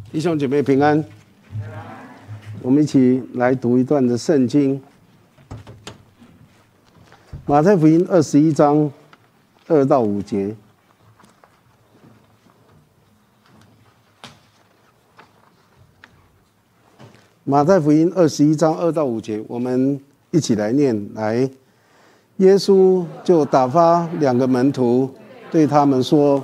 弟兄姐妹平安，我们一起来读一段的圣经，马太福音21章2到5节。马太福音21章2到5节，我们一起来念。来，耶稣就打发2个门徒，对他们说：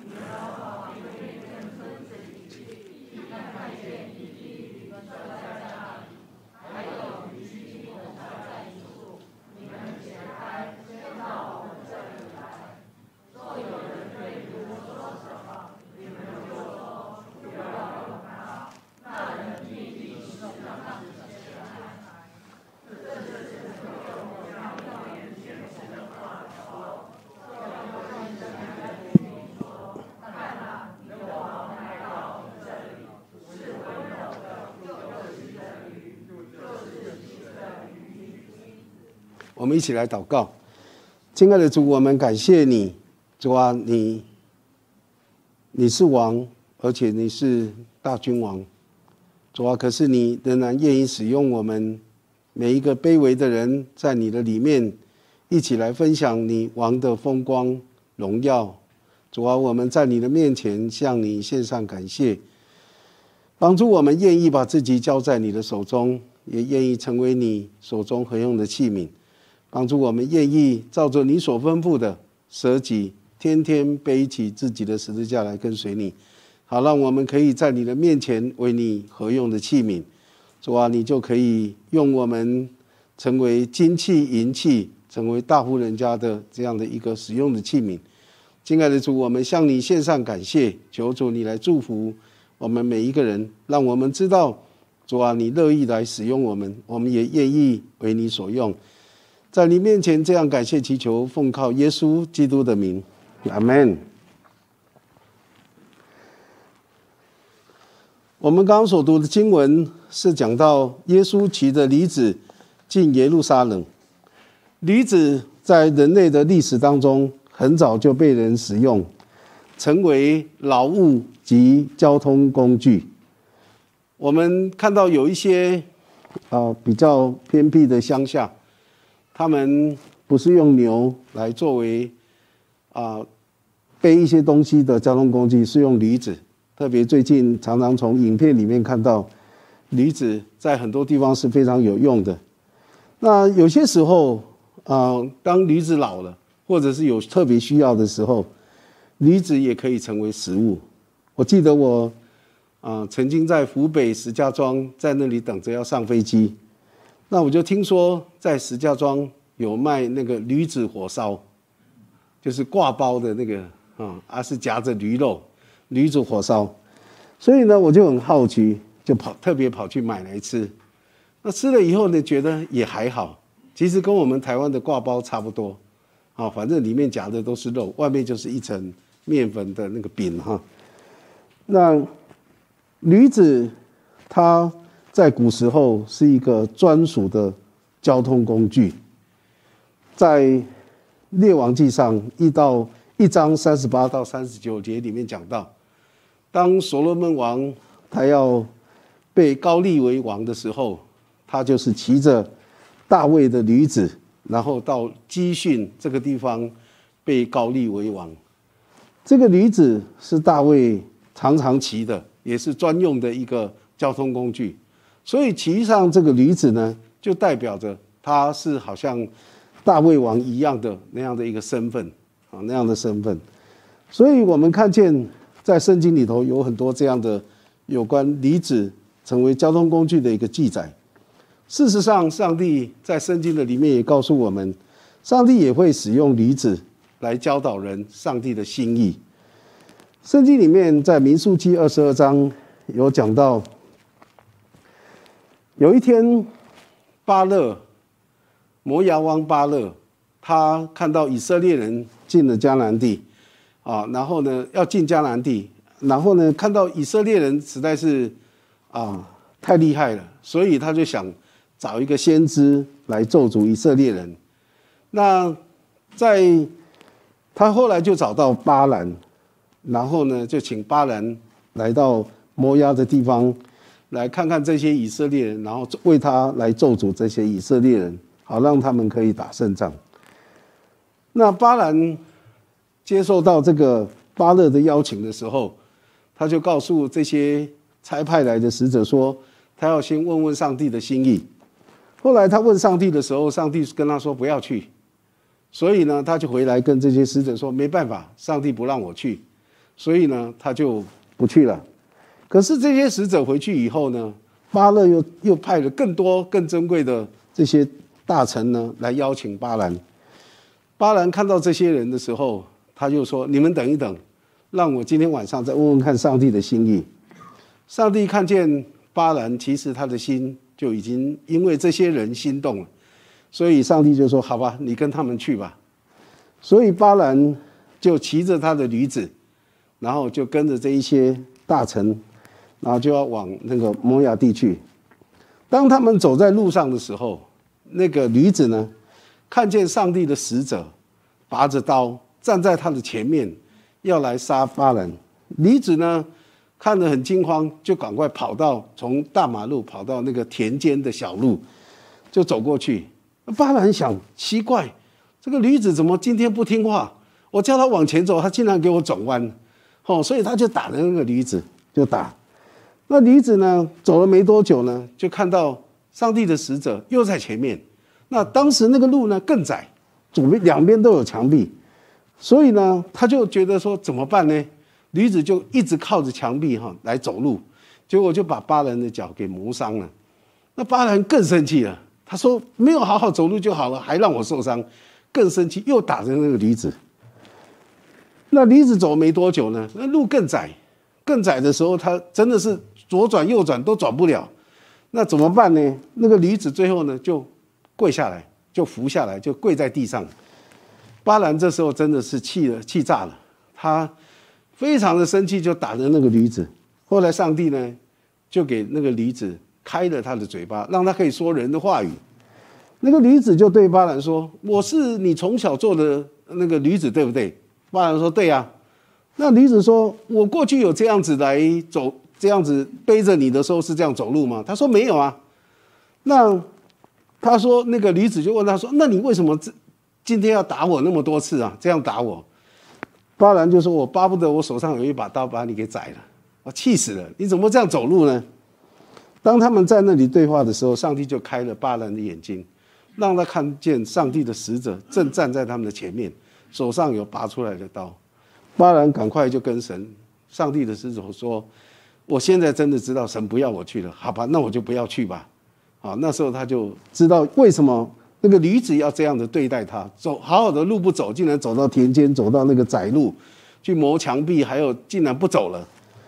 我们一起来祷告。亲爱的主，我们感谢你，主啊，你是王，而且你是大君王，主啊，可是你仍然愿意使用我们每一个卑微的人，在你的里面一起来分享你王的风光荣耀。主啊，我们在你的面前向你献上感谢，帮助我们愿意把自己交在你的手中，也愿意成为你手中合用的器皿，帮助我们愿意照着你所吩咐的舍己，天天背起自己的十字架来跟随你，好让我们可以在你的面前为你合用的器皿。主啊，你就可以用我们成为金器银器，成为大户人家的这样的一个使用的器皿。亲爱的主，我们向你献上感谢，求主你来祝福我们每一个人，让我们知道主啊，你乐意来使用我们，我们也愿意为你所用。在你面前这样感谢祈求，奉靠耶稣基督的名，阿们。我们刚刚所读的经文是讲到耶稣骑着驴子进耶路撒冷。驴子在人类的历史当中很早就被人使用，成为劳务及交通工具。我们看到有一些比较偏僻的乡下，他们不是用牛来作为背一些东西的交通工具，是用驴子。特别最近常常从影片里面看到，驴子在很多地方是非常有用的。那有些时候当驴子老了，或者是有特别需要的时候，驴子也可以成为食物。我记得我曾经在湖北石家庄，在那里等着要上飞机，那我就听说在石家庄有卖那个驴子火烧，就是挂包的那个是夹着驴肉，驴子火烧。所以呢，我就很好奇，就特别跑去买来吃。那吃了以后呢，觉得也还好，其实跟我们台湾的挂包差不多，反正里面夹的都是肉，外面就是一层面粉的那个饼哈。那驴子它在古时候是一个专属的交通工具，在列王记上1章38到39节里面讲到，当所罗门王他要被高立为王的时候，他就是骑着大卫的驴子，然后到基训这个地方被高立为王。这个驴子是大卫常常骑的，也是专用的一个交通工具，所以骑上这个驴子呢，就代表着他是好像大卫王一样的那样的一个身份那样的身份。所以我们看见在圣经里头有很多这样的有关驴子成为交通工具的一个记载。事实上，上帝在圣经的里面也告诉我们，上帝也会使用驴子来教导人上帝的心意。圣经里面在民数记22章有讲到，有一天摩押王巴勒，他看到以色列人进了迦南地然后呢要进迦南地，然后呢看到以色列人实在是太厉害了，所以他就想找一个先知来咒诅以色列人。那他后来就找到巴兰，然后呢就请巴兰来到摩押的地方，来看看这些以色列人，然后为他来咒诅这些以色列人，好让他们可以打胜仗。那巴兰接受到这个巴勒的邀请的时候，他就告诉这些差派来的使者说，他要先问问上帝的心意。后来他问上帝的时候，上帝跟他说不要去，所以呢，他就回来跟这些使者说，没办法，上帝不让我去，所以呢，他就不去了。可是这些使者回去以后呢，巴勒又派了更多更珍贵的这些大臣呢来邀请巴兰。巴兰看到这些人的时候，他就说：“你们等一等，让我今天晚上再问问看上帝的心意。”上帝看见巴兰，其实他的心就已经因为这些人心动了，所以上帝就说：“好吧，你跟他们去吧。”所以巴兰就骑着他的驴子，然后就跟着这一些大臣。然后就要往那个摩押地去。当他们走在路上的时候，那个驴子呢，看见上帝的使者拔着刀站在他的前面，要来杀巴兰。驴子呢，看得很惊慌，就赶快从大马路跑到那个田间的小路，就走过去。巴兰想，奇怪，这个驴子怎么今天不听话？我叫他往前走，他竟然给我转弯，所以他就打了那个驴子，就打。那驴子呢，走了没多久呢，就看到上帝的使者又在前面。那当时那个路呢更窄，左边两边都有墙壁，所以呢，他就觉得说怎么办呢？驴子就一直靠着墙壁来走路，结果就把巴兰的脚给磨伤了。那巴兰更生气了，他说没有好好走路就好了，还让我受伤，更生气，又打着那个驴子。那驴子走没多久呢，那路更窄。更窄的时候，他真的是左转右转都转不了，那怎么办呢？那个驴子最后呢就跪下来，就伏下来，就跪在地上。巴兰这时候真的是气炸了，他非常的生气，就打着那个驴子。后来上帝呢就给那个驴子开了他的嘴巴，让他可以说人的话语。那个驴子就对巴兰说：“我是你从小做的那个驴子，对不对？”巴兰说：“对呀。”那驴子说：“我过去有这样子来走，这样子背着你的时候是这样走路吗？”他说：“没有啊。”那他说那个驴子就问他说：“那你为什么今天要打我那么多次啊？这样打我？”巴兰就说：“我巴不得我手上有一把刀把你给宰了，我气死了！你怎么这样走路呢？”当他们在那里对话的时候，上帝就开了巴兰的眼睛，让他看见上帝的使者正站在他们的前面，手上有拔出来的刀。巴兰赶快就跟上帝的使者说：“我现在真的知道神不要我去了，好吧，那我就不要去吧。”好，那时候他就知道为什么那个驴子要这样的对待他，好好的路不走，竟然走到田间，走到那个窄路去磨墙壁，还有竟然不走了。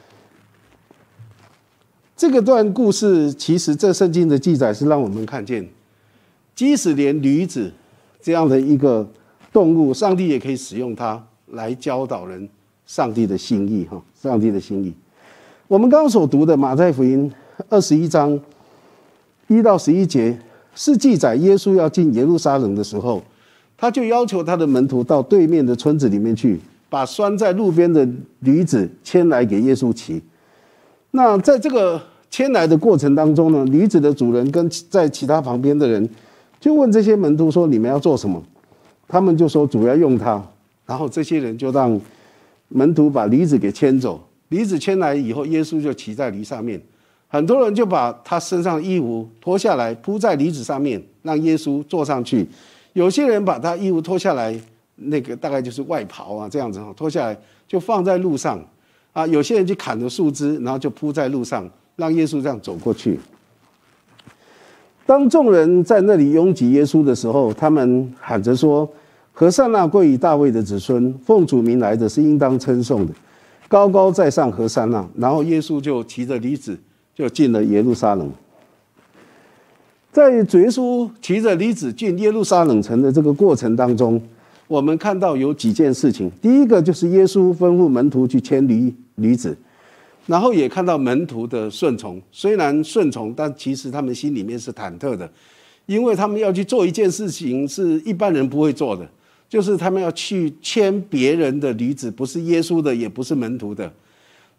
这个段故事其实这圣经的记载是让我们看见，即使连驴子这样的一个动物，上帝也可以使用它来教导人上帝的心意，上帝的心意。我们刚刚所读的马太福音21章1到11节，是记载耶稣要进耶路撒冷的时候，他就要求他的门徒到对面的村子里面去，把拴在路边的驴子牵来给耶稣骑。那在这个牵来的过程当中呢，驴子的主人跟在其他旁边的人就问这些门徒说：“你们要做什么？”他们就说：“主要用它。”然后这些人就让门徒把驴子给牵走。驴子牵来以后，耶稣就骑在驴上面。很多人就把他身上的衣服脱下来铺在驴子上面，让耶稣坐上去。有些人把他衣服脱下来，那个大概就是外袍啊，这样子脱下来就放在路上啊。有些人就砍了树枝，然后就铺在路上，让耶稣这样走过去。当众人在那里拥挤耶稣的时候，他们喊着说：“和散那归于大卫的子孙，奉主名来的是应当称颂的，高高在上和散那。”然后耶稣就骑着驴子就进了耶路撒冷。在主耶稣骑着驴子进耶路撒冷城的这个过程当中，我们看到有几件事情。第一个就是耶稣吩咐门徒去牵驴子，然后也看到门徒的顺从。虽然顺从，但其实他们心里面是忐忑的，因为他们要去做一件事情是一般人不会做的，就是他们要去牵别人的驴子，不是耶稣的，也不是门徒的。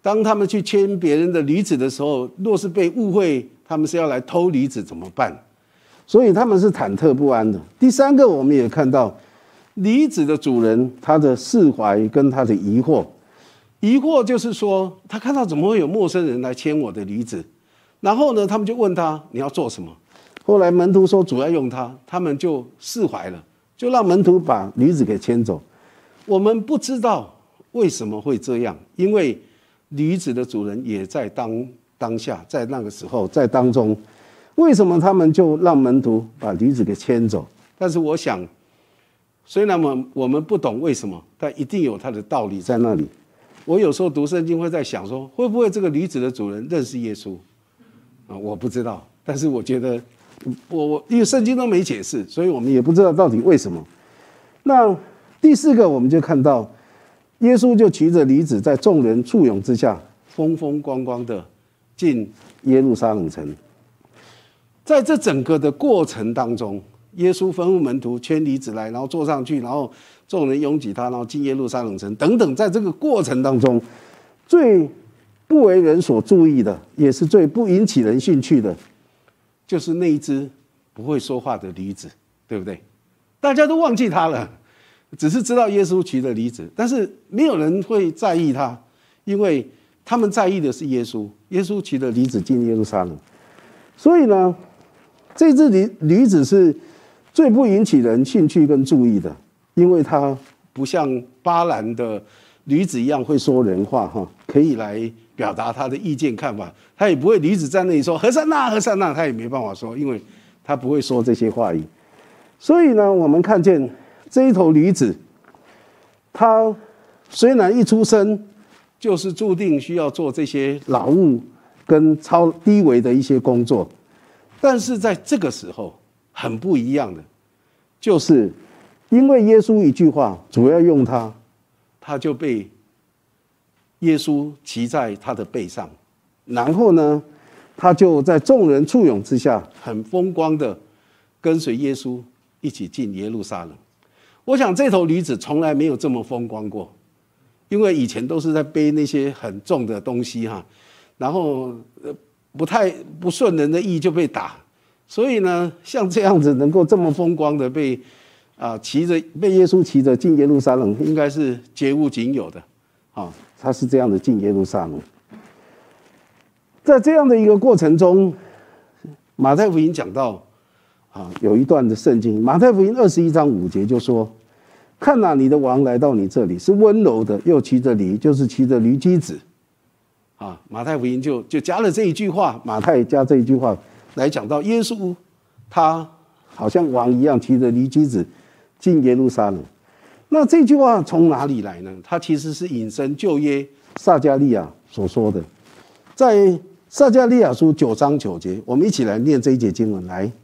当他们去牵别人的驴子的时候，若是被误会他们是要来偷驴子怎么办？所以他们是忐忑不安的。第三个，我们也看到驴子的主人他的释怀跟他的疑惑。疑惑就是说，他看到怎么会有陌生人来牵我的驴子，然后呢，他们就问他你要做什么？后来门徒说主要用他，他们就释怀了，就让门徒把驴子给牵走。我们不知道为什么会这样，因为驴子的主人也在当下，在那个时候，在当中，为什么他们就让门徒把驴子给牵走？但是我想，虽然我们不懂为什么，但一定有它的道理在那里。我有时候读圣经会在想说，会不会这个驴子的主人认识耶稣啊？我不知道，但是我觉得因为圣经都没解释，所以我们也不知道到底为什么。那第四个，我们就看到耶稣就骑着驴子，在众人簇拥之下，风风光光的进耶路撒冷城。在这整个的过程当中，耶稣吩咐门徒牵驴子来，然后坐上去，然后众人拥挤他，然后进耶路撒冷城等等。在这个过程当中，最不为人所注意的，也是最不引起人兴趣的，就是那一只不会说话的驴子，对不对？大家都忘记他了，只是知道耶稣骑着驴子，但是没有人会在意他，因为他们在意的是耶稣。耶稣骑着驴子进耶路撒冷，所以呢，这只驴子是最不引起人兴趣跟注意的，因为它不像巴兰的驴子一样会说人话哈，可以来表达他的意见看法。他也不会驴子在那里说和散那和散那，他也没办法说，因为他不会说这些话语。所以呢，我们看见这一头驴子，它虽然一出生就是注定需要做这些劳务跟超低微的一些工作，但是在这个时候很不一样的，就是因为耶稣一句话，主要用它，他就被耶稣骑在他的背上，然后呢，他就在众人簇拥之下，很风光的跟随耶稣一起进耶路撒冷。我想这头驴子从来没有这么风光过，因为以前都是在背那些很重的东西哈，然后不顺人的意就被打，所以呢，像这样子能够这么风光的被耶稣骑着进耶路撒冷，应该是绝无仅有的啊，他是这样的进耶路撒冷。在这样的一个过程中，马太福音讲到有一段的圣经，马太福音21章5节就说：“看哪，你的王来到你这里，是温柔的，又骑着驴，就是骑着驴驹子。”马太福音就加了这一句话，马太加这一句话来讲到耶稣，他好像王一样骑着驴驹子进耶路撒冷。那这句话从哪里来呢？它其实是引申旧约撒迦利亚所说的，在撒迦利亚书9章9节，我们一起来念这一节经文来。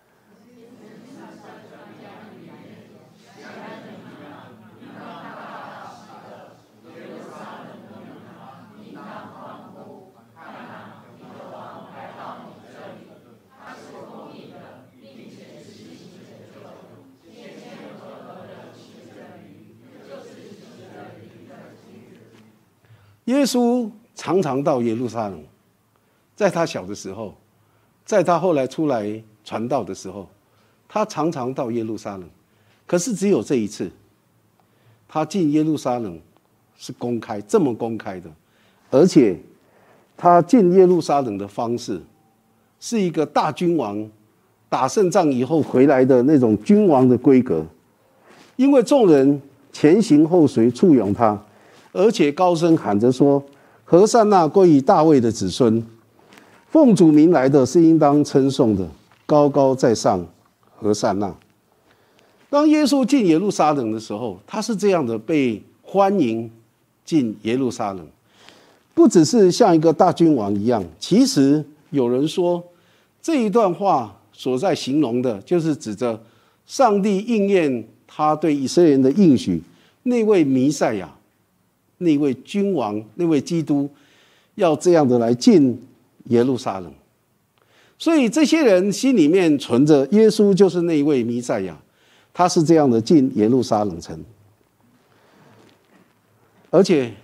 耶稣常常到耶路撒冷，在他小的时候，在他后来出来传道的时候，他常常到耶路撒冷。可是只有这一次，他进耶路撒冷是公开，这么公开的，而且他进耶路撒冷的方式是一个大君王打胜仗以后回来的那种君王的规格，因为众人前行后随簇拥他，而且高声喊着说：“和散那归于大卫的子孙，奉主名来的是应当称颂的，高高在上，和散那。”当耶稣进耶路撒冷的时候，他是这样的被欢迎进耶路撒冷，不只是像一个大君王一样。其实有人说，这一段话所在形容的，就是指着上帝应验他对以色列人的应许，那位弥赛亚，那位君王，那位基督，要这样的来进耶路撒冷。所以这些人心里面存着耶稣就是那位弥赛亚，他是这样的进耶路撒冷城。而且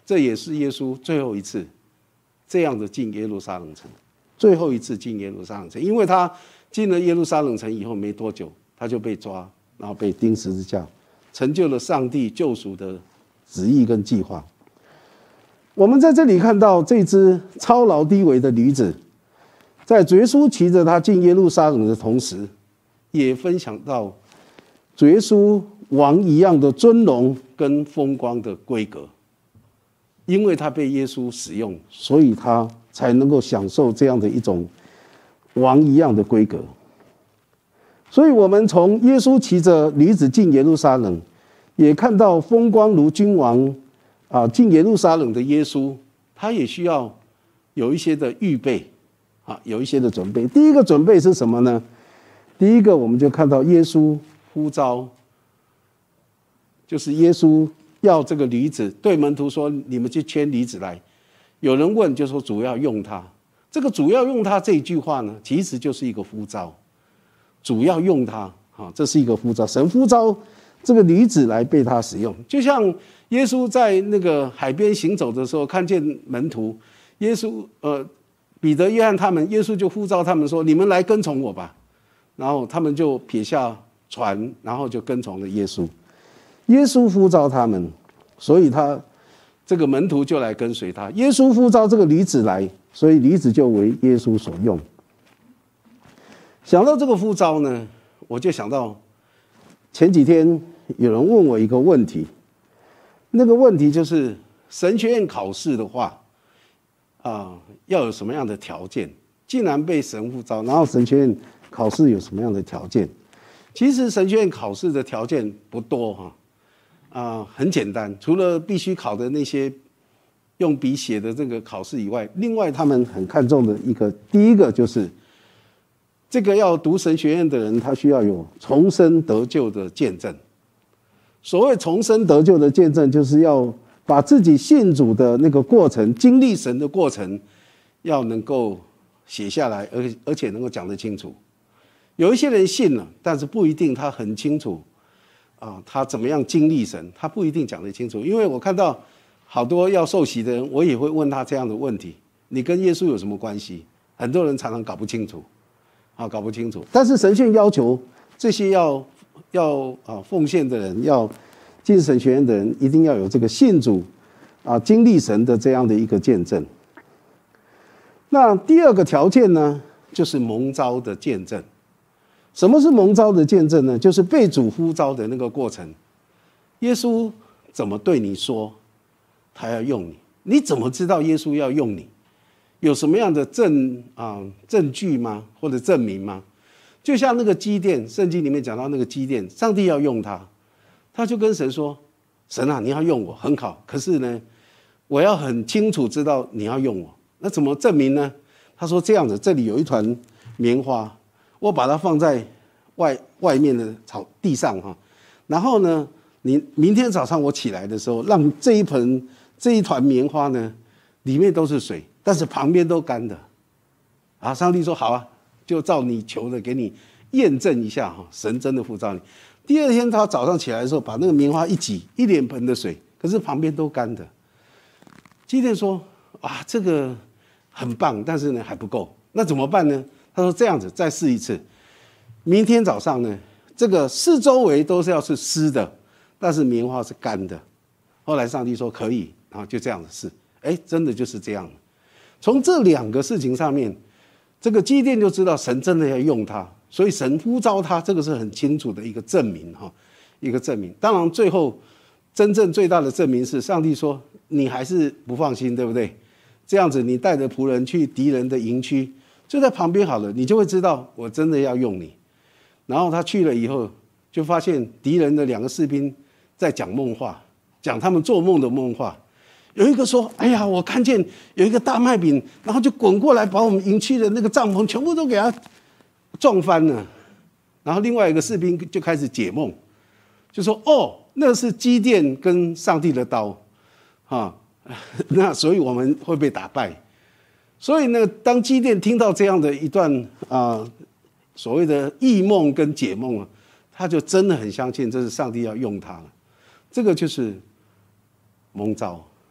这也是耶稣最后一次这样的进耶路撒冷城，最后一次进耶路撒冷城，因为他进了耶路撒冷城以后没多久，他就被抓，然后被钉十字架，成就了上帝救赎的旨意跟计划。我们在这里看到这只操劳低微的驴子，在主耶稣骑着他进耶路撒冷的同时，也分享到主耶稣王一样的尊荣跟风光的规格。因为他被耶稣使用，所以他才能够享受这样的一种王一样的规格。所以我们从耶稣骑着驴子进耶路撒冷，也看到风光如君王进耶路撒冷的耶稣，他也需要有一些的预备有一些的准备。第一个准备是什么呢？第一个我们就看到耶稣呼召，就是耶稣要这个驴子，对门徒说：“你们去牵驴子来。”有人问，就说主要用它。这个主要用它这一句话呢，其实就是一个呼召。主要用它，这是一个呼召。神呼召这个驴子来被他使用，就像耶稣在那个海边行走的时候，看见门徒，耶稣彼得、约翰他们，耶稣就呼召他们说：“你们来跟从我吧。”然后他们就撇下船，然后就跟从了耶稣。耶稣呼召他们，所以这个门徒就来跟随他。耶稣呼召这个驴子来，所以驴子就为耶稣所用。想到这个呼召呢，我就想到前几天有人问我一个问题，那个问题就是神学院考试的话要有什么样的条件？既然被神呼召，然后神学院考试有什么样的条件？其实神学院考试的条件不多很简单，除了必须考的那些用笔写的这个考试以外，另外他们很看重的第一个就是这个要读神学院的人，他需要有重生得救的见证。所谓重生得救的见证，就是要把自己信主的那个过程，经历神的过程，要能够写下来，而且能够讲得清楚。有一些人信了，但是不一定他很清楚他怎么样经历神，他不一定讲得清楚。因为我看到好多要受洗的人，我也会问他这样的问题：你跟耶稣有什么关系？很多人常常搞不清楚，搞不清楚。但是神学院要求这些要奉献的人，要进神学院的人，一定要有这个信主经历神的这样的一个见证。那第二个条件呢，就是蒙召的见证。什么是蒙召的见证呢？就是被主呼召的那个过程。耶稣怎么对你说他要用你？你怎么知道耶稣要用你？有什么样的证据吗？或者证明吗？就像那个基甸，圣经里面讲到那个基甸，上帝要用他，他就跟神说：“神啊，你要用我很好，可是呢，我要很清楚知道你要用我。那怎么证明呢？”他说：“这样子，这里有一团棉花，我把它放在外面的地上然后呢，你明天早上我起来的时候，让这一团棉花呢，里面都是水，但是旁边都干的。”上帝说：“好啊，就照你求的，给你验证一下神真的呼召你。”第二天他早上起来的时候，把那个棉花一挤，一脸盆的水，可是旁边都干的。基甸说：“这个很棒，但是呢还不够，那怎么办呢？”他说：“这样子，再试一次。明天早上呢，这个四周围都是要是湿的，但是棉花是干的。”后来上帝说可以，然后就这样子试，真的就是这样。从这两个事情上面，这个基甸就知道神真的要用他，所以神呼召他，这个是很清楚的一个证明一个证明。当然最后真正最大的证明是上帝说你还是不放心，对不对？这样子你带着仆人去敌人的营区，就在旁边好了，你就会知道我真的要用你。然后他去了以后，就发现敌人的2个士兵在讲梦话，讲他们做梦的梦话。有一个说：“哎呀，我看见有一个大麦饼，然后就滚过来把我们营区的那个帐篷全部都给他撞翻了。”然后另外一个士兵就开始解梦，就说：“哦，那是基甸跟上帝的刀那所以我们会被打败。”所以呢，当基甸听到这样的一段所谓的异梦跟解梦他就真的很相信这是上帝要用他了。这个就是蒙召，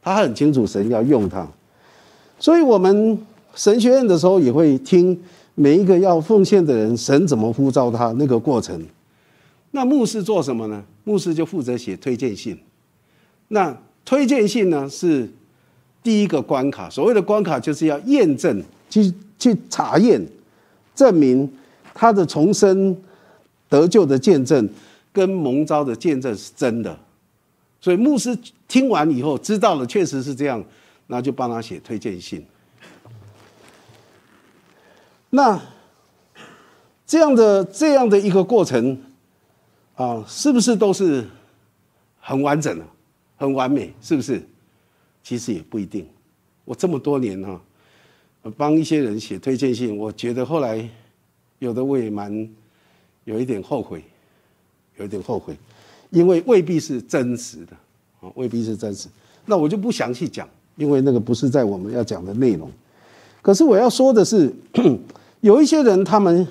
他很清楚神要用他。所以我们神学院的时候也会听每一个要奉献的人，神怎么呼召他那个过程。那牧师做什么呢？牧师就负责写推荐信。那推荐信呢是第一个关卡，所谓的关卡就是要验证，去查验，证明他的重生得救的见证跟蒙召的见证是真的。所以牧师听完以后知道了确实是这样，那就帮他写推荐信。那这样的一个过程啊，是不是都是很完整的、很完美？是不是？其实也不一定。我这么多年啊，帮一些人写推荐信，我觉得后来有的我也有一点后悔，因为未必是真实的啊，未必是真实。那我就不详细讲，因为那个不是在我们要讲的内容。可是我要说的是，有一些人他们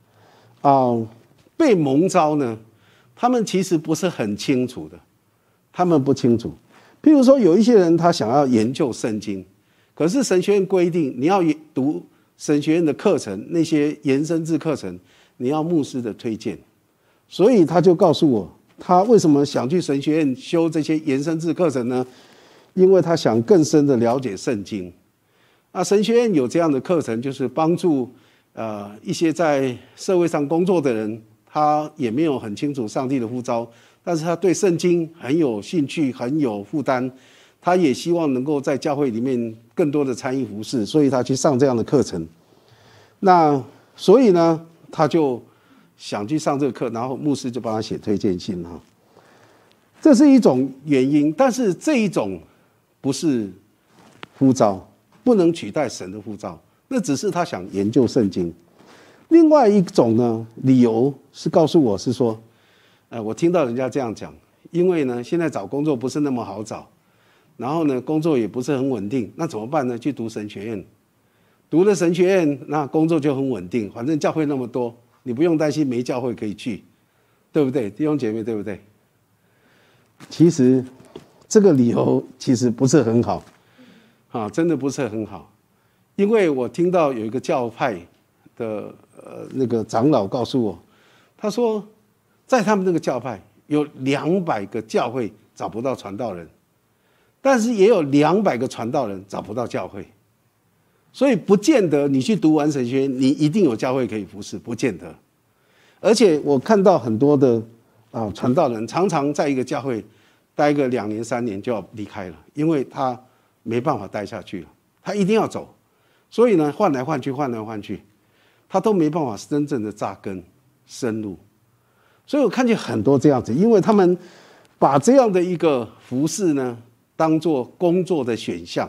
被蒙召呢，他们其实不是很清楚的，他们不清楚。譬如说，有一些人他想要研究圣经，可是神学院规定你要读神学院的课程，那些延伸制课程，你要牧师的推荐。所以他就告诉我，他为什么想去神学院修这些延伸制课程呢？因为他想更深的了解圣经。那神学院有这样的课程，就是帮助一些在社会上工作的人，他也没有很清楚上帝的呼召，但是他对圣经很有兴趣，很有负担，他也希望能够在教会里面更多的参与服事，所以他去上这样的课程。那所以呢，他就想去上这个课，然后牧师就帮他写推荐信哈。这是一种原因，但是这一种不是呼召，不能取代神的呼召，那只是他想研究圣经。另外一种呢，理由是告诉我是说，我听到人家这样讲，因为呢现在找工作不是那么好找，然后呢工作也不是很稳定，那怎么办呢？去读神学院，读了神学院，那工作就很稳定，反正教会那么多，你不用担心没教会可以去，对不对？弟兄姐妹，对不对？其实这个理由其实不是很好啊，真的不是很好。因为我听到有一个教派的那个长老告诉我，他说在他们那个教派有200个教会找不到传道人，但是也有200个传道人找不到教会，所以不见得你去读完神学院你一定有教会可以服侍，不见得。而且我看到很多的传道人常常在一个教会待个2年3年就要离开了，因为他没办法待下去了，他一定要走，所以呢换来换去，他都没办法真正的扎根深入。所以我看见很多这样子，因为他们把这样的一个服事呢当作工作的选项，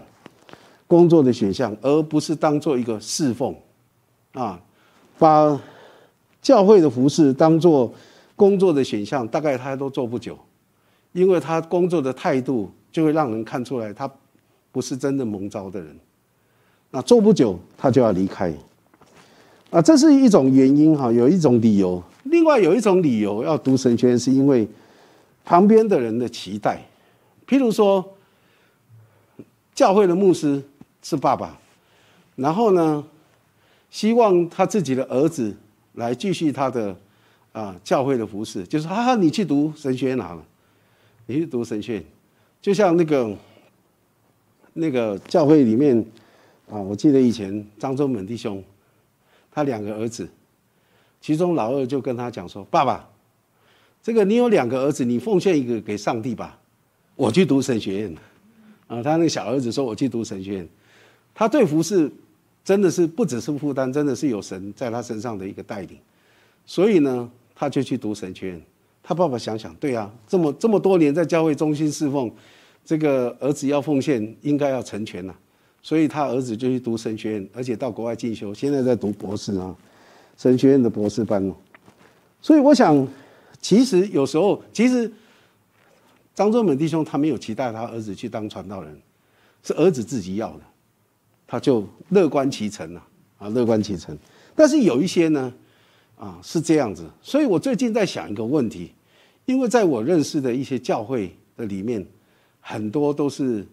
而不是当作一个侍奉把教会的服事当作工作的选项，大概他都做不久，因为他工作的态度就会让人看出来他不是真的蒙召的人，那做不久他就要离开这是一种原因有一种理由。另外有一种理由要读神学院，是因为旁边的人的期待。譬如说教会的牧师是爸爸，然后呢希望他自己的儿子来继续他的教会的服事，就是你去读神学院好了，你去读神学院。就像那个教会里面我记得以前张忠本弟兄他2个儿子，其中老二就跟他讲说，爸爸，这个你有2个儿子，你奉献1个给上帝吧，我去读神学院他那个小儿子说我去读神学院。他对服事真的是不只是负担，真的是有神在他身上的一个带领，所以呢他就去读神学院。他爸爸想想，对啊，这么多年在教会中心侍奉，这个儿子要奉献应该要成全所以他儿子就去读神学院，而且到国外进修，现在在读博士神学院的博士班所以我想其实有时候张忠本弟兄他没有期待他儿子去当传道人，是儿子自己要的，他就乐观其成乐观其成。但是有一些呢是这样子。所以我最近在想一个问题，因为在我认识的一些教会的里面，很多都是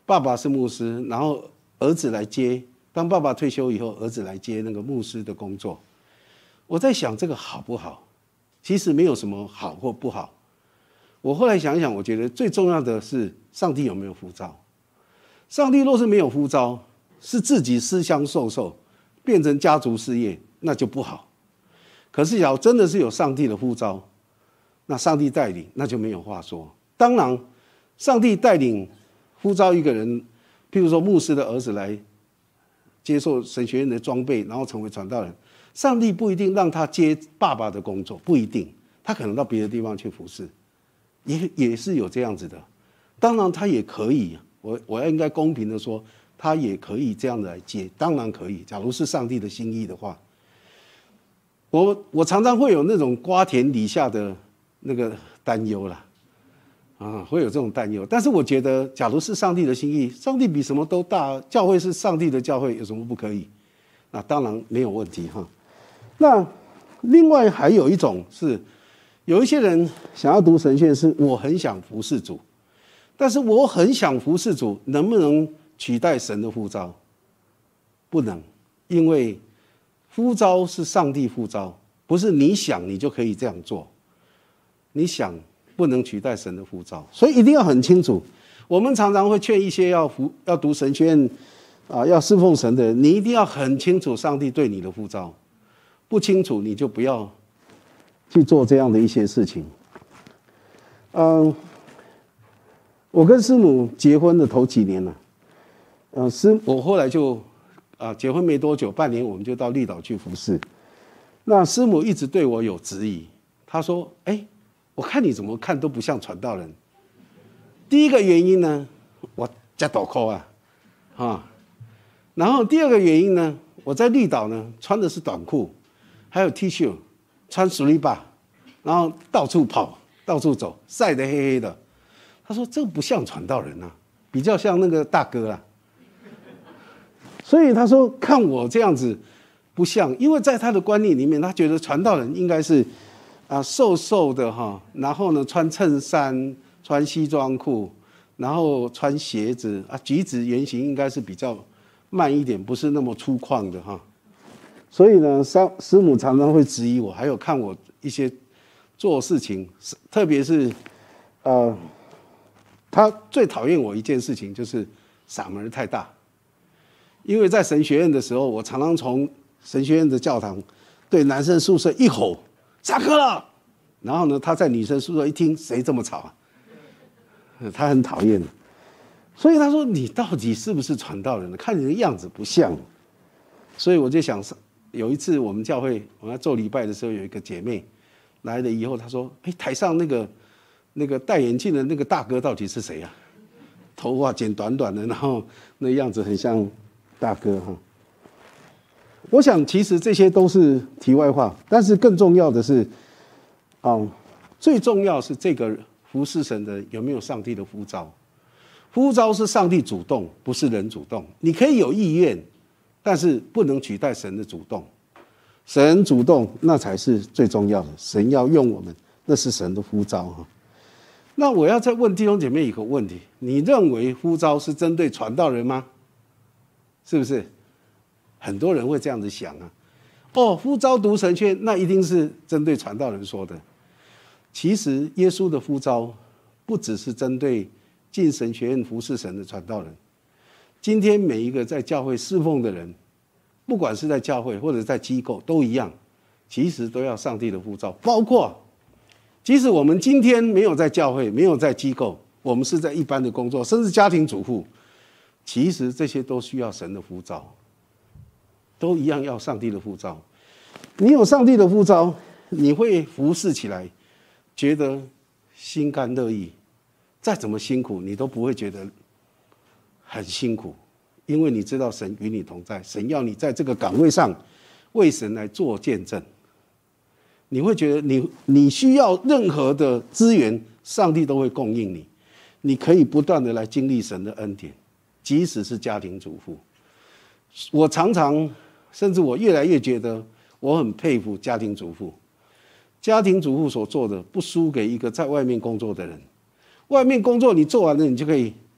爸爸是牧师，然后儿子来接，当爸爸退休以后，儿子来接那个牧师的工作。我在想这个好不好？其实没有什么好或不好。我后来想一想，我觉得最重要的是上帝有没有呼召。上帝若是没有呼召，是自己私相授受，变成家族事业，那就不好。可是假如真的是有上帝的呼召，那上帝带领，那就没有话说。当然，上帝带领呼召一个人，譬如说牧师的儿子来接受神学院的装备，然后成为传道人，上帝不一定让他接爸爸的工作，不一定，他可能到别的地方去服侍，也是有这样子的。当然他也可以，我应该公平的说，他也可以这样的来接，当然可以。假如是上帝的心意的话，我常常会有那种瓜田李下的那个担忧啦，会有这种担忧。但是我觉得，假如是上帝的心意，上帝比什么都大，教会是上帝的教会，有什么不可以？那当然没有问题哈。那另外还有一种是，有一些人想要读神学，是我很想服侍主。但是我很想服侍主，能不能取代神的呼召？不能，因为呼召是上帝呼召，不是你想你就可以这样做。你想不能取代神的呼召，所以一定要很清楚。我们常常会劝一些要读神学院要侍奉神的人，你一定要很清楚上帝对你的呼召。不清楚你就不要去做这样的一些事情。我跟师母结婚的头几年了，我后来就结婚没多久，半年我们就到绿岛去服侍。那师母一直对我有质疑，她说：“我看你怎么看都不像传道人。”第一个原因呢，我加斗扣然后第二个原因呢，我在绿岛呢穿的是短裤，还有 T 恤，穿slip，然后到处跑，到处走，晒得黑黑的。他说这个不像传道人啊，比较像那个大哥啊。所以他说看我这样子不像，因为在他的观念里面，他觉得传道人应该是瘦瘦的然后呢穿衬衫、穿西装裤，然后穿鞋子举止言行应该是比较慢一点，不是那么粗犷的所以呢，师母常常会质疑我，还有看我一些做事情，特别是他最讨厌我一件事情就是嗓门太大。因为在神学院的时候，我常常从神学院的教堂对男生宿舍一吼下课了，然后呢他在女生宿舍一听谁这么吵他很讨厌。所以他说你到底是不是传道人？看你的样子不像。所以我就想，有一次我们教会我们要做礼拜的时候，有一个姐妹来了以后，她说台上那个戴眼镜的那个大哥到底是谁啊？头发剪短短的，然后那样子很像大哥我想其实这些都是题外话，但是更重要的是最重要是这个服侍神的有没有上帝的呼召。呼召是上帝主动，不是人主动。你可以有意愿，但是不能取代神的主动。神主动那才是最重要的，神要用我们，那是神的呼召那我要再问弟兄姐妹一个问题：你认为呼召是针对传道人吗？是不是？很多人会这样子想呼召读神学，那一定是针对传道人说的。其实耶稣的呼召不只是针对进神学院服侍神的传道人，今天每一个在教会侍奉的人，不管是在教会或者在机构都一样，其实都要上帝的呼召。包括即使我们今天没有在教会，没有在机构，我们是在一般的工作，甚至家庭主妇，其实这些都需要神的呼召，都一样要上帝的呼召。你有上帝的呼召，你会服侍起来觉得心甘乐意，再怎么辛苦你都不会觉得很辛苦，因为你知道神与你同在，神要你在这个岗位上为神来做见证。你会觉得你需要任何的资源，上帝都会供应你，你可以不断的来经历神的恩典，即使是家庭主妇。我常常甚至我越来越觉得我很佩服家庭主妇。家庭主妇所做的不输给一个在外面工作的人。外面工作你做完了，你就可以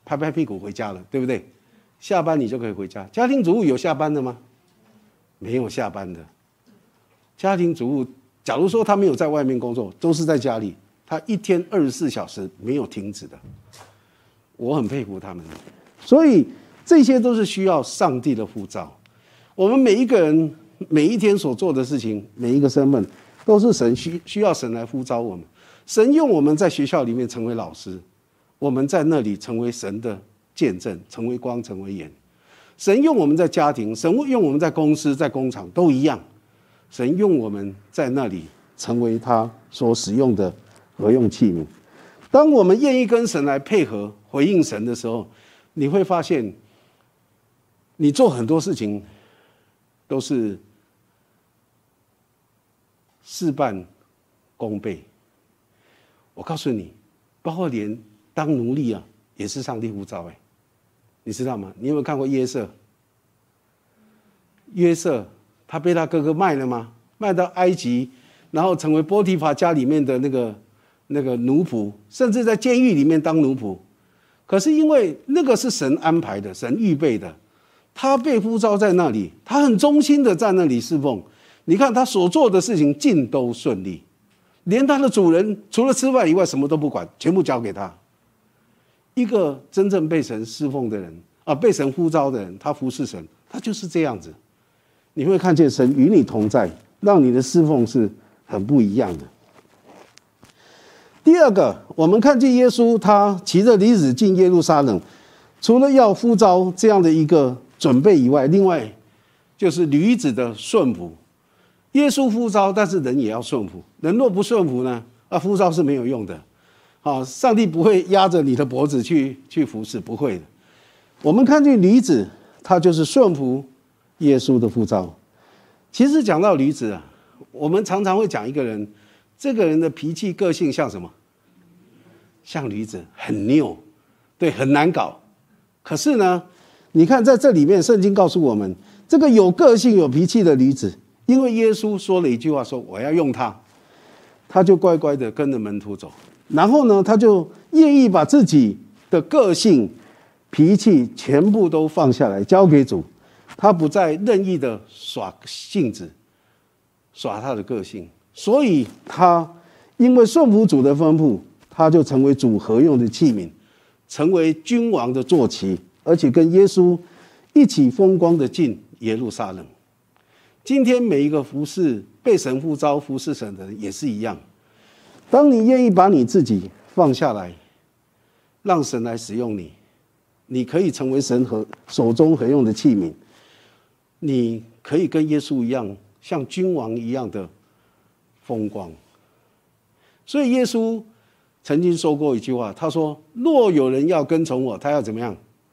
拍拍屁股回家了，对不对？下班你就可以回家。家庭主妇有下班的吗？没有下班的。家庭主妇，假如说他没有在外面工作，都是在家里，他一天24小时没有停止的。我很佩服他们。所以这些都是需要上帝的呼召。我们每一个人每一天所做的事情，每一个身份，都是神需要神来呼召我们。神用我们在学校里面成为老师，我们在那里成为神的见证，成为光，成为盐。神用我们在家庭，神用我们在公司，在工厂都一样。神用我们在那里成为他所使用的合用器皿。当我们愿意跟神来配合回应神的时候，你会发现你做很多事情都是事半功倍。我告诉你，包括连当奴隶啊，也是上帝呼召。你知道吗？你有没有看过约瑟？约瑟他被他哥哥卖了吗？卖到埃及，然后成为波提乏家里面的那个奴仆，甚至在监狱里面当奴仆。可是因为那个是神安排的，神预备的，他被呼召在那里，他很忠心的在那里侍奉。你看他所做的事情尽都顺利，连他的主人除了吃饭以外什么都不管，全部交给他。一个真正被神侍奉的人啊，被神呼召的人，他服侍神，他就是这样子。你会看见神与你同在，让你的侍奉是很不一样的。第二个，我们看见耶稣他骑着驴子进耶路撒冷，除了要呼召这样的一个准备以外，另外就是驴子的顺服。耶稣呼召，但是人也要顺服。人若不顺服呢，呼召是没有用的。上帝不会压着你的脖子去服侍，不会的。我们看见驴子，他就是顺服耶稣的呼召。其实讲到驴子啊，我们常常会讲一个人，这个人的脾气个性像什么？像驴子，很拗，对，很难搞。可是呢，你看在这里面，圣经告诉我们，这个有个性、有脾气的驴子，因为耶稣说了一句话，说我要用他，他就乖乖的跟着门徒走。然后呢，他就愿意把自己的个性、脾气全部都放下来，交给主。他不再任意的耍性子，耍他的个性。所以他因为顺服主的吩咐，他就成为主合用的器皿，成为君王的坐骑，而且跟耶稣一起风光的进耶路撒冷。今天每一个服侍被神呼召服侍神的人也是一样。当你愿意把你自己放下来，让神来使用你，你可以成为神手中合用的器皿，你可以跟耶稣一样，像君王一样的风光。所以耶稣曾经说过一句话，他说：若有人要跟从我，他要怎么样？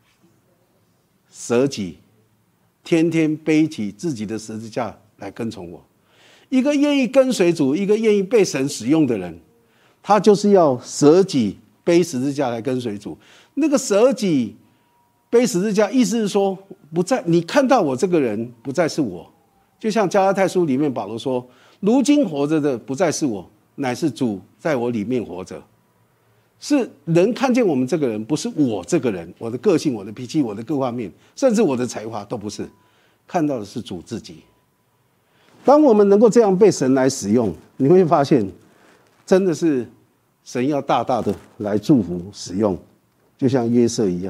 舍己，天天背起自己的十字架来跟从我。一个愿意跟随主，一个愿意被神使用的人，他就是要舍己背十字架来跟随主。那个舍己背十字架，意思是说，不再你看到我这个人不再是我，就像加拉太书里面保罗说：如今活着的不再是我，乃是主在我里面活着。是人看见我们这个人，不是我这个人，我的个性、我的脾气、我的各方面，甚至我的才华都不是，看到的是主自己。当我们能够这样被神来使用，你会发现真的是神要大大的来祝福使用，就像约瑟一样。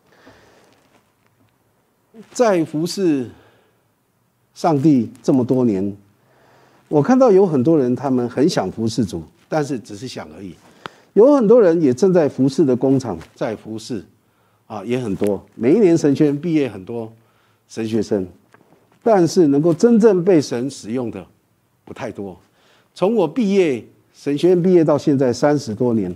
在服侍上帝这么多年，我看到有很多人他们很想服侍主，但是只是想而已。有很多人也正在服侍的工厂在服侍也很多，每一年神学院毕业很多神学生，但是能够真正被神使用的不太多。从我毕业神学院毕业到现在30多年，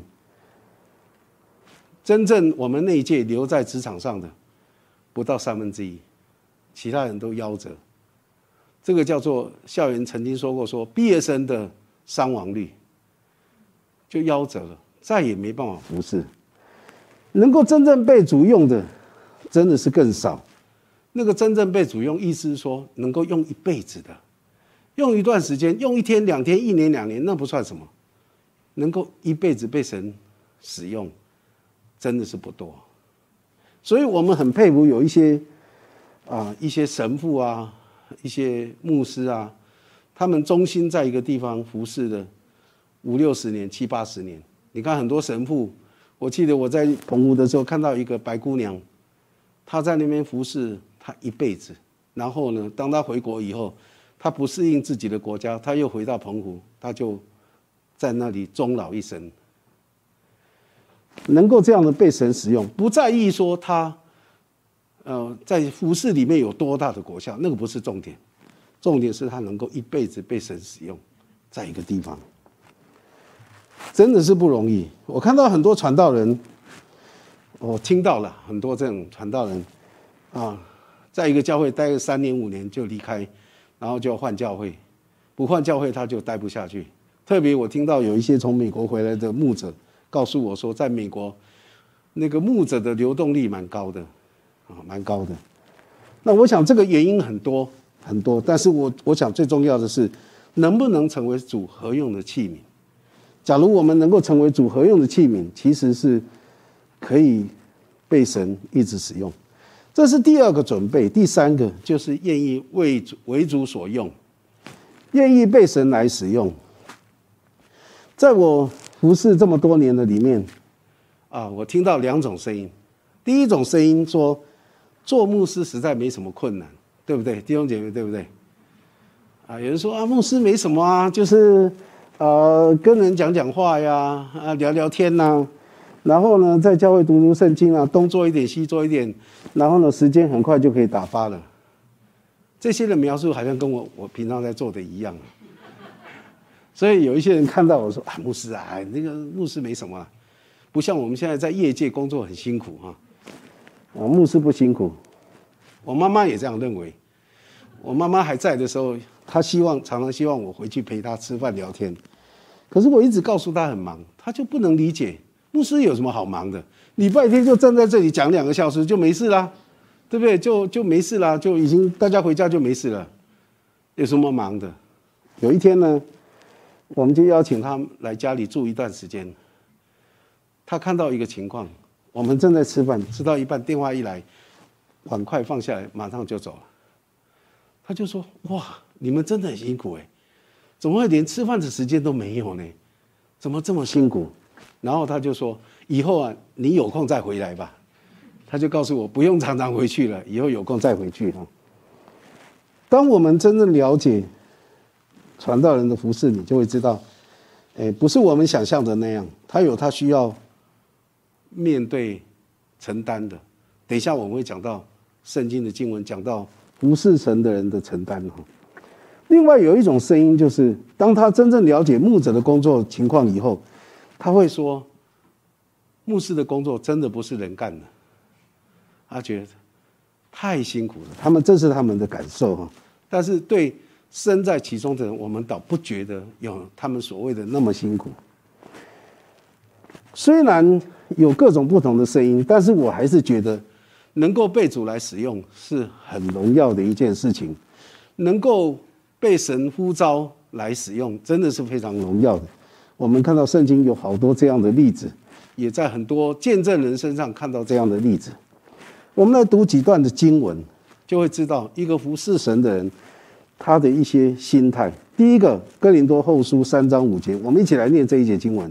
真正我们那一届留在职场上的不到1/3，其他人都夭折。这个叫做校园曾经说过，说毕业生的伤亡率就夭折了，再也没办法服侍。能够真正被主用的真的是更少。那个真正被主用，意思是说能够用一辈子的，用一段时间，用1天、2天、1年、2年，那不算什么。能够一辈子被神使用，真的是不多。 所以我们很佩服有一些神父啊，一些牧师啊，他们忠心在一个地方服侍了50、60年、70、80年。你看很多神父，我记得我在澎湖的时候看到一个白姑娘，她在那边服侍她一辈子，然后呢，当她回国以后，她不适应自己的国家，她又回到澎湖，她就在那里终老一生。能够这样的被神使用，不在意说他在服事里面有多大的果效，那个不是重点，重点是他能够一辈子被神使用，在一个地方，真的是不容易。我看到很多传道人，我听到了很多这种传道人啊，在一个教会待个3年5年就离开，然后就换教会，不换教会他就待不下去。特别我听到有一些从美国回来的牧者告诉我说，在美国那个牧者的流动率蛮高的，蛮高的。那我想这个原因很多很多，但是我想最重要的是，能不能成为主合用的器皿。假如我们能够成为主合用的器皿，其实是可以被神一直使用。这是第2个准备。第3个就是愿意为主所用，愿意被神来使用。在我服侍这么多年的里面，我听到2种声音。第一种声音说，做牧师实在没什么困难，对不对，弟兄姐妹，对不对？有人说牧师没什么啊，就是跟人讲讲话呀，聊聊天呐，然后呢，在教会读读圣经啊，东做一点西做一点，然后呢，时间很快就可以打发了。这些的描述好像跟我平常在做的一样。所以有一些人看到我说牧师啊，那个牧师没什么，不像我们现在在业界工作很辛苦牧师不辛苦。我妈妈也这样认为。我妈妈还在的时候，她常常希望我回去陪她吃饭聊天。可是我一直告诉她很忙，她就不能理解，牧师有什么好忙的？礼拜天就站在这里讲2个小时就没事啦，对不对？就没事啦，就已经大家回家就没事了，有什么忙的？有一天呢，我们就邀请他来家里住一段时间。他看到一个情况，我们正在吃饭，吃到一半，电话一来，碗筷放下来，马上就走了。他就说：“哇，你们真的很辛苦怎么会连吃饭的时间都没有呢？怎么这么辛苦？”然后他就说：“以后你有空再回来吧。”他就告诉我，不用常常回去了，以后有空再回去当我们真正了解传道人的服事，你就会知道，不是我们想象的那样，他有他需要面对承担的。等一下我们会讲到圣经的经文，讲到服事神的人的承担另外有一种声音，就是当他真正了解牧者的工作情况以后，他会说，牧师的工作真的不是人干的，他觉得太辛苦了，这是他们的感受但是对身在其中的人，我们倒不觉得有他们所谓的那么辛苦。虽然有各种不同的声音，但是我还是觉得能够被主来使用是很荣耀的一件事情，能够被神呼召来使用真的是非常荣耀的。我们看到圣经有好多这样的例子，也在很多见证人身上看到这样的例子。我们来读几段的经文，就会知道一个服事神的人他的一些心态。第一个，哥林多后书3章5节，我们一起来念这一节经文。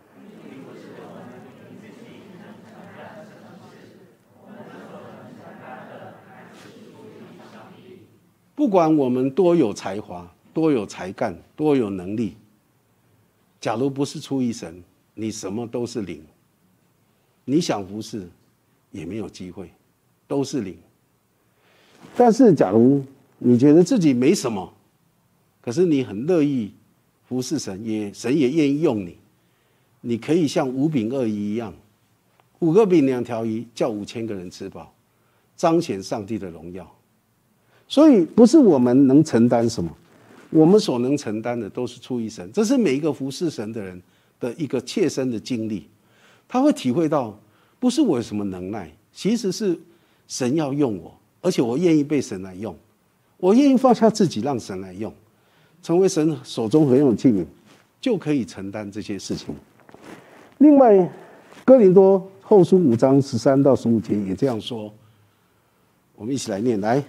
不管我们多有才华，多有才干，多有能力，假如不是出于神，你什么都是零。你想服事也没有机会，都是零。但是假如你觉得自己没什么，可是你很乐意服事神，神也愿意用你，你可以像5饼2鱼一样，5个饼2条鱼叫5000个人吃饱，彰显上帝的荣耀。所以不是我们能承担什么，我们所能承担的都是出于神。这是每一个服事神的人的一个切身的经历，他会体会到，不是我有什么能耐，其实是神要用我，而且我愿意被神来用，我愿意放下自己让神来用，成为神手中合用的器皿，就可以承担这些事情。另外，哥林多后书5章13到15节也这样说。我们一起来念，来。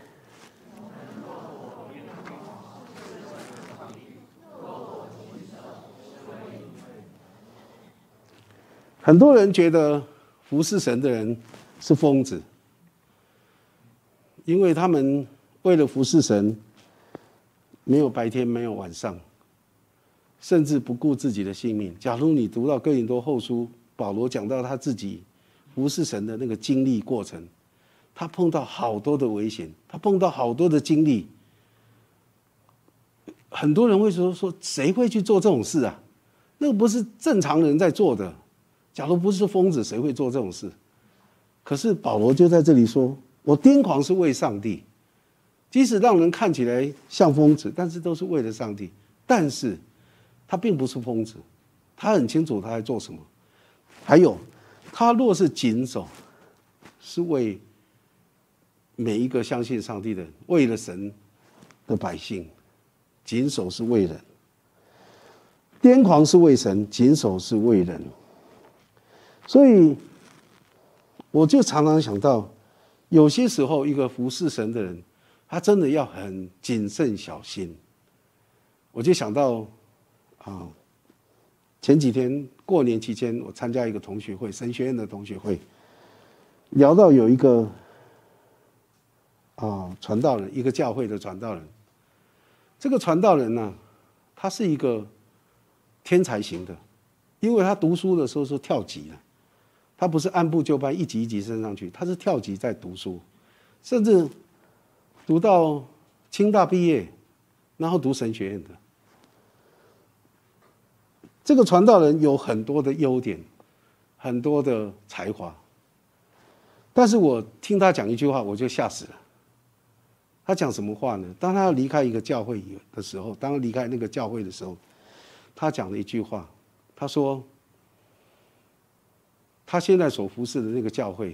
很多人觉得服侍神的人是疯子，因为他们为了服侍神，没有白天，没有晚上，甚至不顾自己的性命。假如你读到哥林多后书，保罗讲到他自己服侍神的那个经历过程，他碰到好多的危险，他碰到好多的经历。很多人会说谁会去做这种事啊？那个不是正常人在做的。假如不是疯子，谁会做这种事？可是保罗就在这里说，我癫狂是为上帝，即使让人看起来像疯子，但是都是为了上帝。但是他并不是疯子，他很清楚他在做什么。还有，他若是谨守，是为每一个相信上帝的人，为了神的百姓，谨守是为人。癫狂是为神，谨守是为人。所以我就常常想到，有些时候一个服侍神的人，他真的要很谨慎小心。我就想到前几天过年期间，我参加一个同学会，神学院的同学会，聊到有一个传道人，一个教会的传道人。这个传道人呢，他是一个天才型的，因为他读书的时候是跳级的。他不是按部就班一级一级升上去，他是跳级在读书，甚至读到清大毕业，然后读神学院的。这个传道人有很多的优点，很多的才华，但是我听他讲一句话，我就吓死了。他讲什么话呢？当他要离开一个教会的时候，当他离开那个教会的时候，他讲了一句话，他说，他现在所服侍的那个教会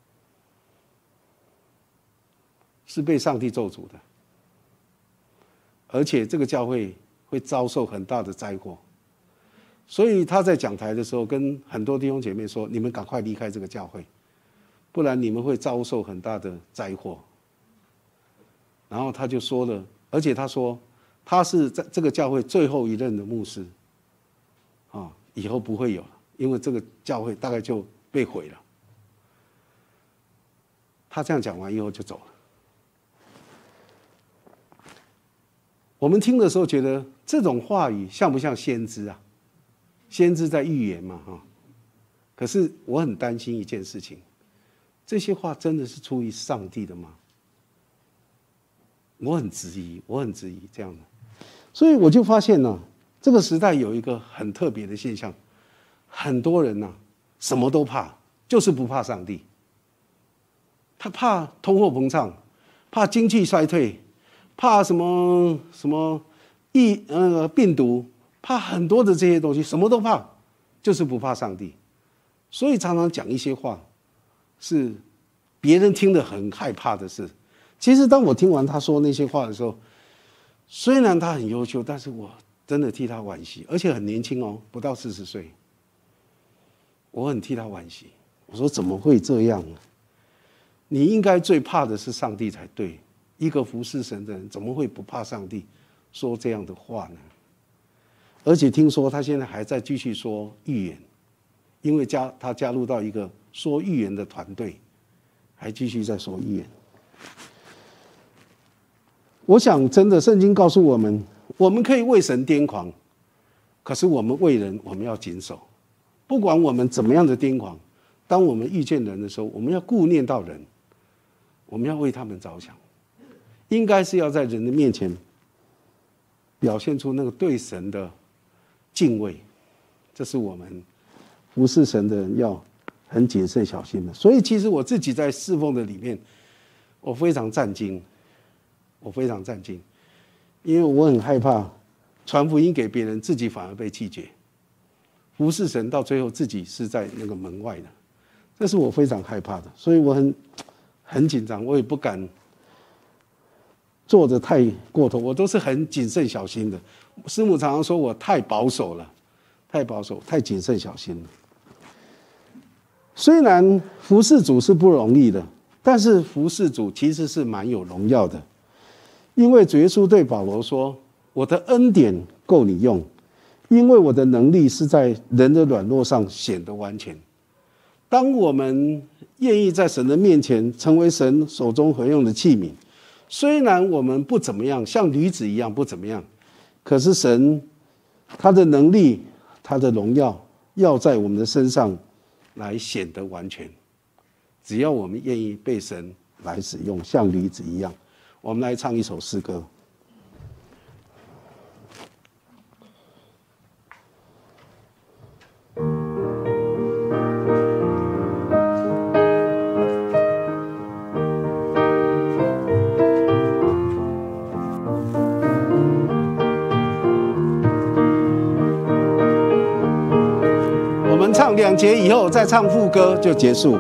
是被上帝咒诅的，而且这个教会会遭受很大的灾祸。所以他在讲台的时候跟很多弟兄姐妹说，你们赶快离开这个教会，不然你们会遭受很大的灾祸。然后他就说了，而且他说他是在这个教会最后一任的牧师，以后不会有了，因为这个教会大概就被毁了。他这样讲完以后就走了。我们听的时候觉得这种话语像不像先知啊？先知在预言嘛，可是我很担心一件事情，这些话真的是出于上帝的吗？我很质疑这样的。所以我就发现呢，这个时代有一个很特别的现象，很多人呢什么都怕，就是不怕上帝。他怕通货膨胀，怕经济衰退，怕什么病毒，怕很多的这些东西，什么都怕，就是不怕上帝。所以常常讲一些话，是别人听得很害怕的事。其实当我听完他说那些话的时候，虽然他很优秀，但是我真的替他惋惜，而且很年轻哦，不到40岁。我很替他惋惜，我说怎么会这样呢？你应该最怕的是上帝才对，一个服侍神的人怎么会不怕上帝说这样的话呢？而且听说他现在还在继续说预言，因为他加入到一个说预言的团队，还继续在说预言。我想真的圣经告诉我们，我们可以为神癫狂，可是我们为人我们要谨守。不管我们怎么样的癫狂，当我们遇见人的时候，我们要顾念到人，我们要为他们着想，应该是要在人的面前表现出那个对神的敬畏，这是我们服侍神的人要很谨慎小心的。所以其实我自己在侍奉的里面，我非常战惊，因为我很害怕传福音给别人，自己反而被弃绝。服侍神到最后自己是在那个门外的，这是我非常害怕的。所以我很紧张，我也不敢做得太过头，我都是很谨慎小心的。师母常常说我太保守了，太谨慎小心了。 虽然服侍主是不容易的，但是服侍主其实是蛮有荣耀的，因为主耶稣对保罗说：“我的恩典够你用，因为我的能力是在人的软弱上显得完全。”当我们愿意在神的面前成为神手中合用的器皿，虽然我们不怎么样，像驴子一样不怎么样，可是神他的能力、他的荣耀要在我们的身上来显得完全。只要我们愿意被神来使用，像驴子一样。我们来唱一首诗歌。我们唱2节以后再唱副歌就结束。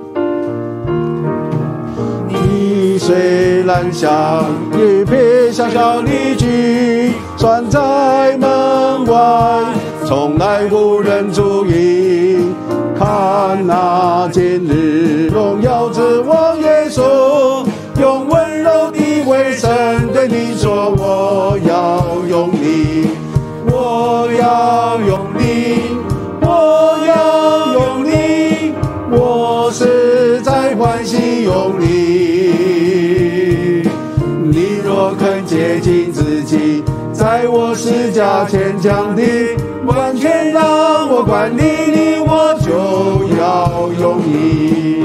你虽然像一匹小小离居，拴在门外，从来无人注意。看那今日荣耀之王耶稣，用温柔的微声对你说：我要用你，我要用你，我要用你，我实在欢喜用你。你若肯竭尽自己，在我十架前降的，完全让我管理你，我就要用你。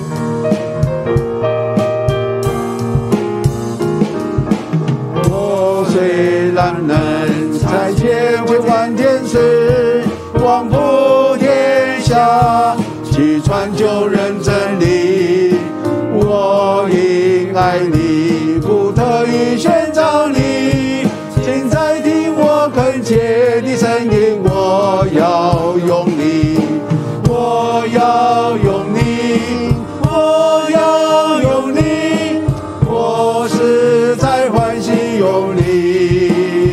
我虽然能在千天时广布天下，去传救人真理，我因爱你不得已宣召你，请再听我恳切的声音，我要用你，我要用你，我要用你，我实在欢喜用你。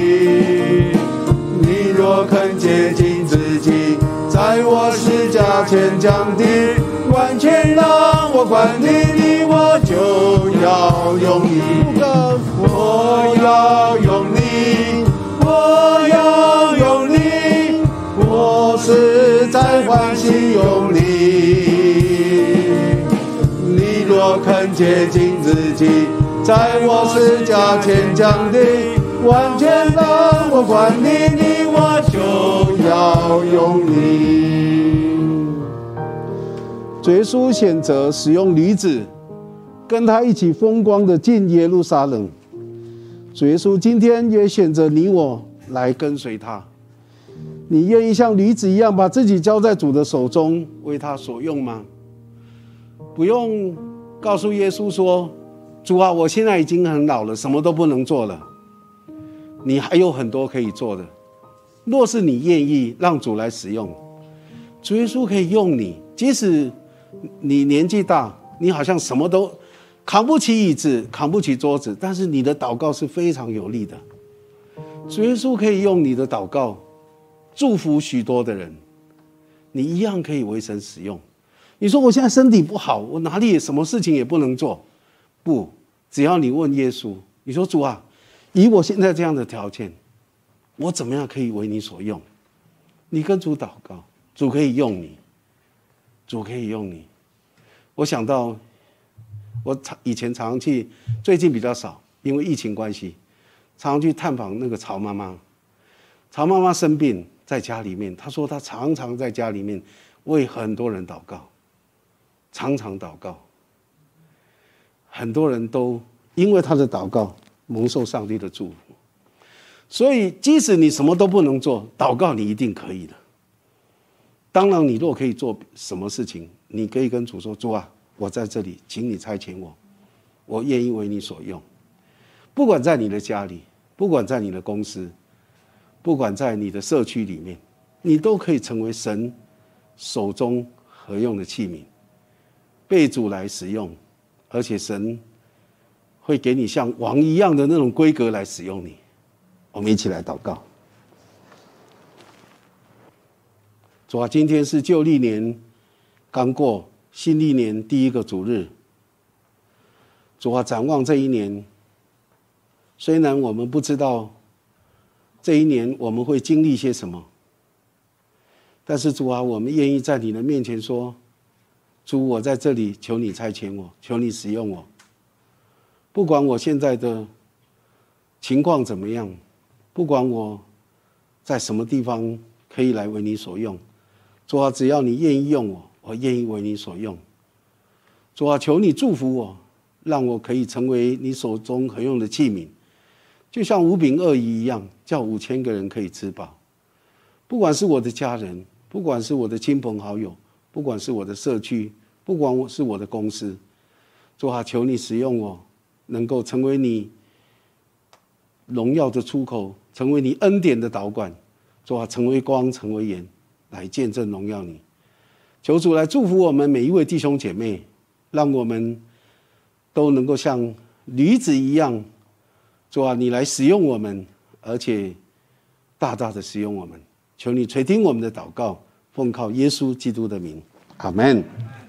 你若肯竭尽自己，在我十架前降的，完全让我管理你，我就要用你，我要用你，我要用你，我实在欢喜用你。你若肯竭尽自己，在我十架前降的，完全让我管理你，我就要用你。主耶稣选择使用驴子，跟他一起风光的进耶路撒冷。主耶稣今天也选择你我来跟随他。你愿意像驴子一样把自己交在主的手中，为他所用吗？不用告诉耶稣说：主啊，我现在已经很老了，什么都不能做了。你还有很多可以做的。若是你愿意让主来使用，主耶稣可以用你，即使你年纪大，你好像什么都扛不起椅子，扛不起桌子，但是你的祷告是非常有力的。主耶稣可以用你的祷告祝福许多的人，你一样可以为神使用。你说我现在身体不好，我哪里什么事情也不能做，不，只要你问耶稣，你说主啊，以我现在这样的条件，我怎么样可以为你所用？你跟主祷告，主可以用你，主可以用你。我想到我以前常去，最近比较少，因为疫情关系，常去探访那个曹妈妈。曹妈妈生病在家里面，她说她常常在家里面为很多人祷告，常常祷告。很多人都因为她的祷告蒙受上帝的祝福。所以即使你什么都不能做，祷告你一定可以的。当然你若可以做什么事情，你可以跟主说：主啊，我在这里，请你差遣我，我愿意为你所用。不管在你的家里，不管在你的公司，不管在你的社区里面，你都可以成为神手中合用的器皿，被主来使用，而且神会给你像王一样的那种规格来使用你。我们一起来祷告。主啊，今天是旧历年刚过新历年第一个主日，主啊，展望这一年，虽然我们不知道这一年我们会经历些什么，但是主啊，我们愿意在你的面前说，主，我在这里，求你差遣我，求你使用我。不管我现在的情况怎么样，不管我在什么地方可以来为你所用，主啊，只要你愿意用我，我愿意为你所用。主啊，求你祝福我，让我可以成为你手中可用的器皿，就像5饼2鱼一样，叫5000个人可以吃饱。不管是我的家人，不管是我的亲朋好友，不管是我的社区，不管是我的公司，主啊，求你使用我，能够成为你荣耀的出口，成为你恩典的导管，主啊，成为光，成为盐，来见证荣耀你。求主来祝福我们每一位弟兄姐妹，让我们都能够像驴子一样，主啊，你来使用我们，而且大大的使用我们。求你垂听我们的祷告，奉靠耶稣基督的名，阿们。